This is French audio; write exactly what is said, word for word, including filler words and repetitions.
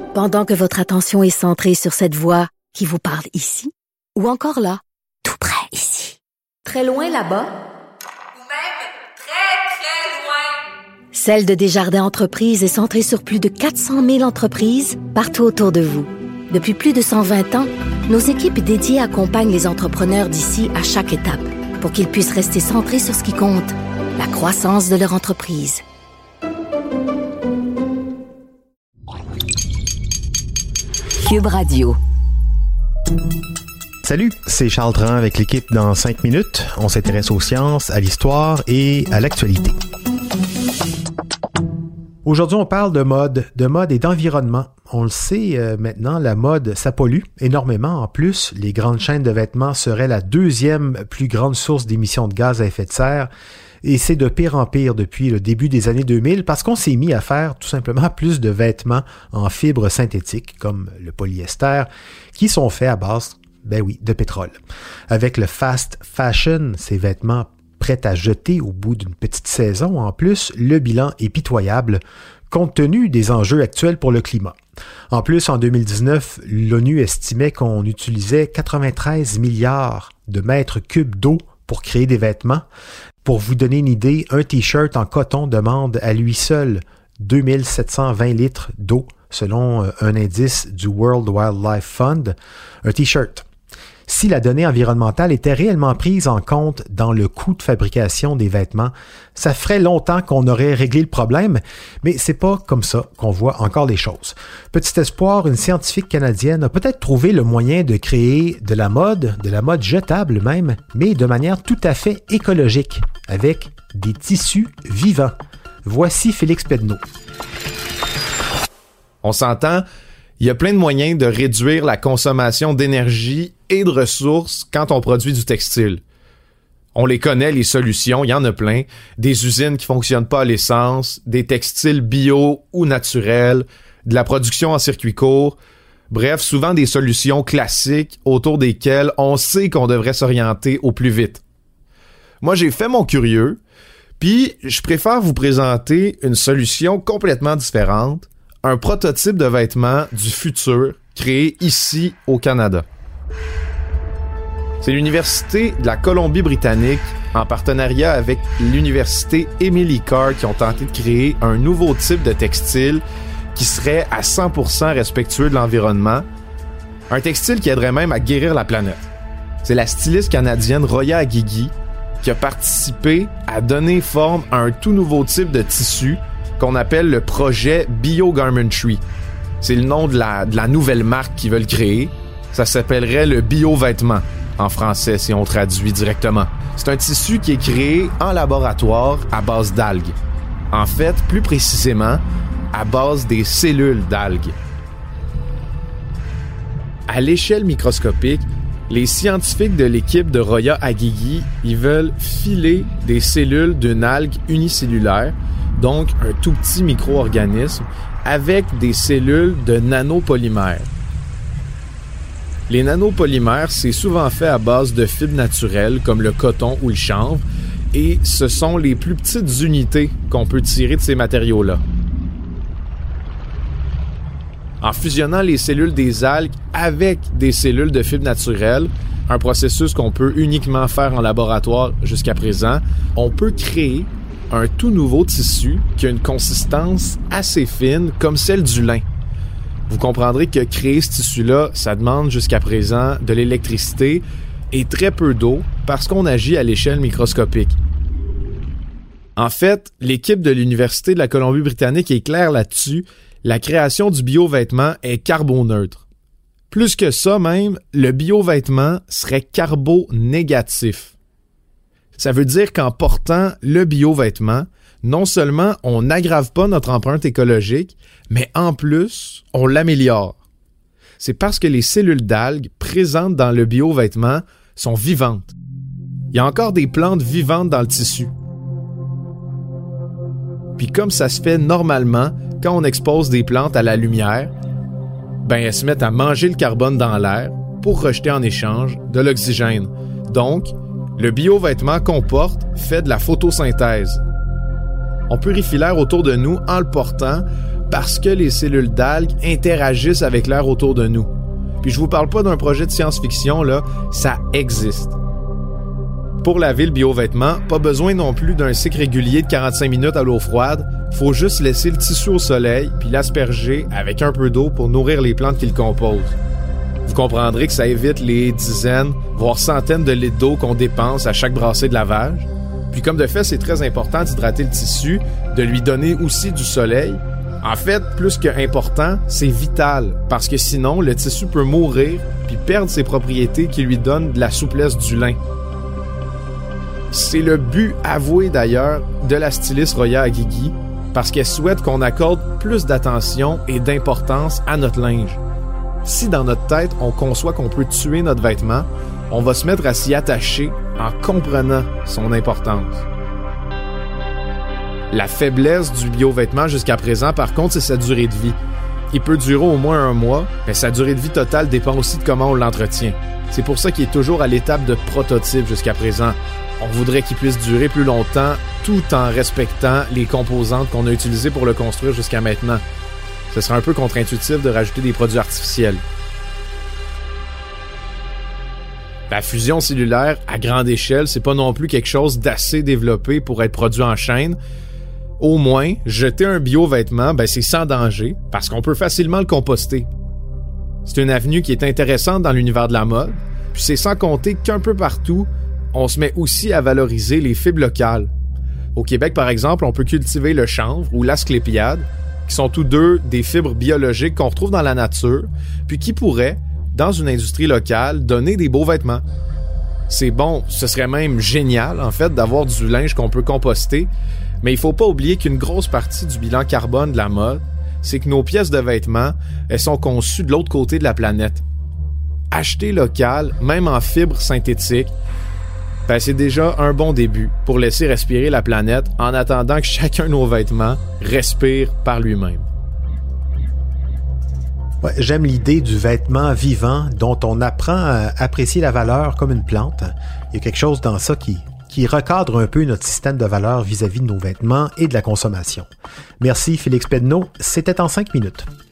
Pendant que votre attention est centrée sur cette voix qui vous parle ici, ou encore là, tout près ici, très loin là-bas, ou même très, très loin. Celle de Desjardins Entreprises est centrée sur plus de quatre cent mille entreprises partout autour de vous. Depuis plus de cent vingt ans, nos équipes dédiées accompagnent les entrepreneurs d'ici à chaque étape pour qu'ils puissent rester centrés sur ce qui compte, la croissance de leur entreprise. Cube Radio. Salut, c'est Charles Tran avec l'équipe dans cinq minutes. On s'intéresse aux sciences, à l'histoire et à l'actualité. Aujourd'hui, on parle de mode, de mode et d'environnement. On le sait euh, maintenant, la mode, ça pollue énormément. En plus, les grandes chaînes de vêtements seraient la deuxième plus grande source d'émissions de gaz à effet de serre. Et c'est de pire en pire depuis le début des années deux mille parce qu'on s'est mis à faire tout simplement plus de vêtements en fibres synthétiques comme le polyester qui sont faits à base, ben oui, de pétrole. Avec le fast fashion, ces vêtements prêts à jeter au bout d'une petite saison, en plus, le bilan est pitoyable compte tenu des enjeux actuels pour le climat. En plus, en deux mille dix-neuf, l'ONU estimait qu'on utilisait quatre-vingt-treize milliards de mètres cubes d'eau pour créer des vêtements. Pour vous donner une idée, un t-shirt en coton demande à lui seul deux mille sept cent vingt litres d'eau, selon un indice du World Wildlife Fund. Un t-shirt. Si la donnée environnementale était réellement prise en compte dans le coût de fabrication des vêtements, ça ferait longtemps qu'on aurait réglé le problème, mais c'est pas comme ça qu'on voit encore les choses. Petit espoir, une scientifique canadienne a peut-être trouvé le moyen de créer de la mode, de la mode jetable même, mais de manière tout à fait écologique, avec des tissus vivants. Voici Félix Pedneau. On s'entend, il y a plein de moyens de réduire la consommation d'énergie et de ressources quand on produit du textile. On les connaît, les solutions, il y en a plein. Des usines qui fonctionnent pas à l'essence, des textiles bio ou naturels, de la production en circuit court. Bref, souvent des solutions classiques autour desquelles on sait qu'on devrait s'orienter au plus vite. Moi, j'ai fait mon curieux, puis je préfère vous présenter une solution complètement différente, un prototype de vêtements du futur créé ici au Canada. C'est l'Université de la Colombie-Britannique, en partenariat avec l'Université Emily Carr, qui ont tenté de créer un nouveau type de textile qui serait à cent pour cent respectueux de l'environnement. Un textile qui aiderait même à guérir la planète. C'est la styliste canadienne Roya Aguigui qui a participé à donner forme à un tout nouveau type de tissu qu'on appelle le projet Bio-Garmentry. C'est le nom de la, de la nouvelle marque qu'ils veulent créer. Ça s'appellerait le bio-vêtement, en français, si on traduit directement. C'est un tissu qui est créé en laboratoire à base d'algues. En fait, plus précisément, à base des cellules d'algues. À l'échelle microscopique, les scientifiques de l'équipe de Roya Aguigui, ils veulent filer des cellules d'une algue unicellulaire, donc un tout petit micro-organisme, avec des cellules de nanopolymères. Les nanopolymères, c'est souvent fait à base de fibres naturelles comme le coton ou le chanvre, et ce sont les plus petites unités qu'on peut tirer de ces matériaux-là. En fusionnant les cellules des algues avec des cellules de fibres naturelles, un processus qu'on peut uniquement faire en laboratoire jusqu'à présent, on peut créer un tout nouveau tissu qui a une consistance assez fine comme celle du lin. Vous comprendrez que créer ce tissu-là, ça demande jusqu'à présent de l'électricité et très peu d'eau parce qu'on agit à l'échelle microscopique. En fait, l'équipe de l'Université de la Colombie-Britannique est claire là-dessus. La création du bio-vêtement est carboneutre. Plus que ça même, le bio-vêtement serait carbonégatif. Ça veut dire qu'en portant le bio-vêtement, non seulement on n'aggrave pas notre empreinte écologique, mais en plus, on l'améliore. C'est parce que les cellules d'algues présentes dans le bio-vêtement sont vivantes. Il y a encore des plantes vivantes dans le tissu. Puis comme ça se fait normalement quand on expose des plantes à la lumière, ben elles se mettent à manger le carbone dans l'air pour rejeter en échange de l'oxygène. Donc, le bio-vêtement qu'on porte fait de la photosynthèse. On purifie l'air autour de nous en le portant parce que les cellules d'algues interagissent avec l'air autour de nous. Puis je vous parle pas d'un projet de science-fiction, là, ça existe. Pour laver le biovêtement, pas besoin non plus d'un cycle régulier de quarante-cinq minutes à l'eau froide, faut juste laisser le tissu au soleil puis l'asperger avec un peu d'eau pour nourrir les plantes qui le composent. Vous comprendrez que ça évite les dizaines, voire centaines de litres d'eau qu'on dépense à chaque brassée de lavage. Puis comme de fait, c'est très important d'hydrater le tissu, de lui donner aussi du soleil. En fait, plus que important, c'est vital, parce que sinon, le tissu peut mourir puis perdre ses propriétés qui lui donnent de la souplesse du lin. C'est le but avoué d'ailleurs de la styliste Roya Aguigui, parce qu'elle souhaite qu'on accorde plus d'attention et d'importance à notre linge. Si dans notre tête, on conçoit qu'on peut tuer notre vêtement, on va se mettre à s'y attacher en comprenant son importance. La faiblesse du biovêtement jusqu'à présent, par contre, c'est sa durée de vie. Il peut durer au moins un mois, mais sa durée de vie totale dépend aussi de comment on l'entretient. C'est pour ça qu'il est toujours à l'étape de prototype jusqu'à présent. On voudrait qu'il puisse durer plus longtemps tout en respectant les composantes qu'on a utilisées pour le construire jusqu'à maintenant. Ce serait un peu contre-intuitif de rajouter des produits artificiels. La fusion cellulaire à grande échelle, c'est pas non plus quelque chose d'assez développé pour être produit en chaîne. Au moins, jeter un bio-vêtement, ben c'est sans danger, parce qu'on peut facilement le composter. C'est une avenue qui est intéressante dans l'univers de la mode, puis c'est sans compter qu'un peu partout, on se met aussi à valoriser les fibres locales. Au Québec, par exemple, on peut cultiver le chanvre ou l'asclépiade, qui sont tous deux des fibres biologiques qu'on retrouve dans la nature, puis qui pourraient, dans une industrie locale, donner des beaux vêtements. C'est bon, ce serait même génial, en fait, d'avoir du linge qu'on peut composter, mais il faut pas oublier qu'une grosse partie du bilan carbone de la mode, c'est que nos pièces de vêtements, elles sont conçues de l'autre côté de la planète. Acheter local, même en fibres synthétiques, ben c'est déjà un bon début pour laisser respirer la planète en attendant que chacun de nos vêtements respire par lui-même. Ouais, j'aime l'idée du vêtement vivant dont on apprend à apprécier la valeur comme une plante. Il y a quelque chose dans ça qui, qui recadre un peu notre système de valeurs vis-à-vis de nos vêtements et de la consommation. Merci Félix Pedneau, c'était en cinq minutes.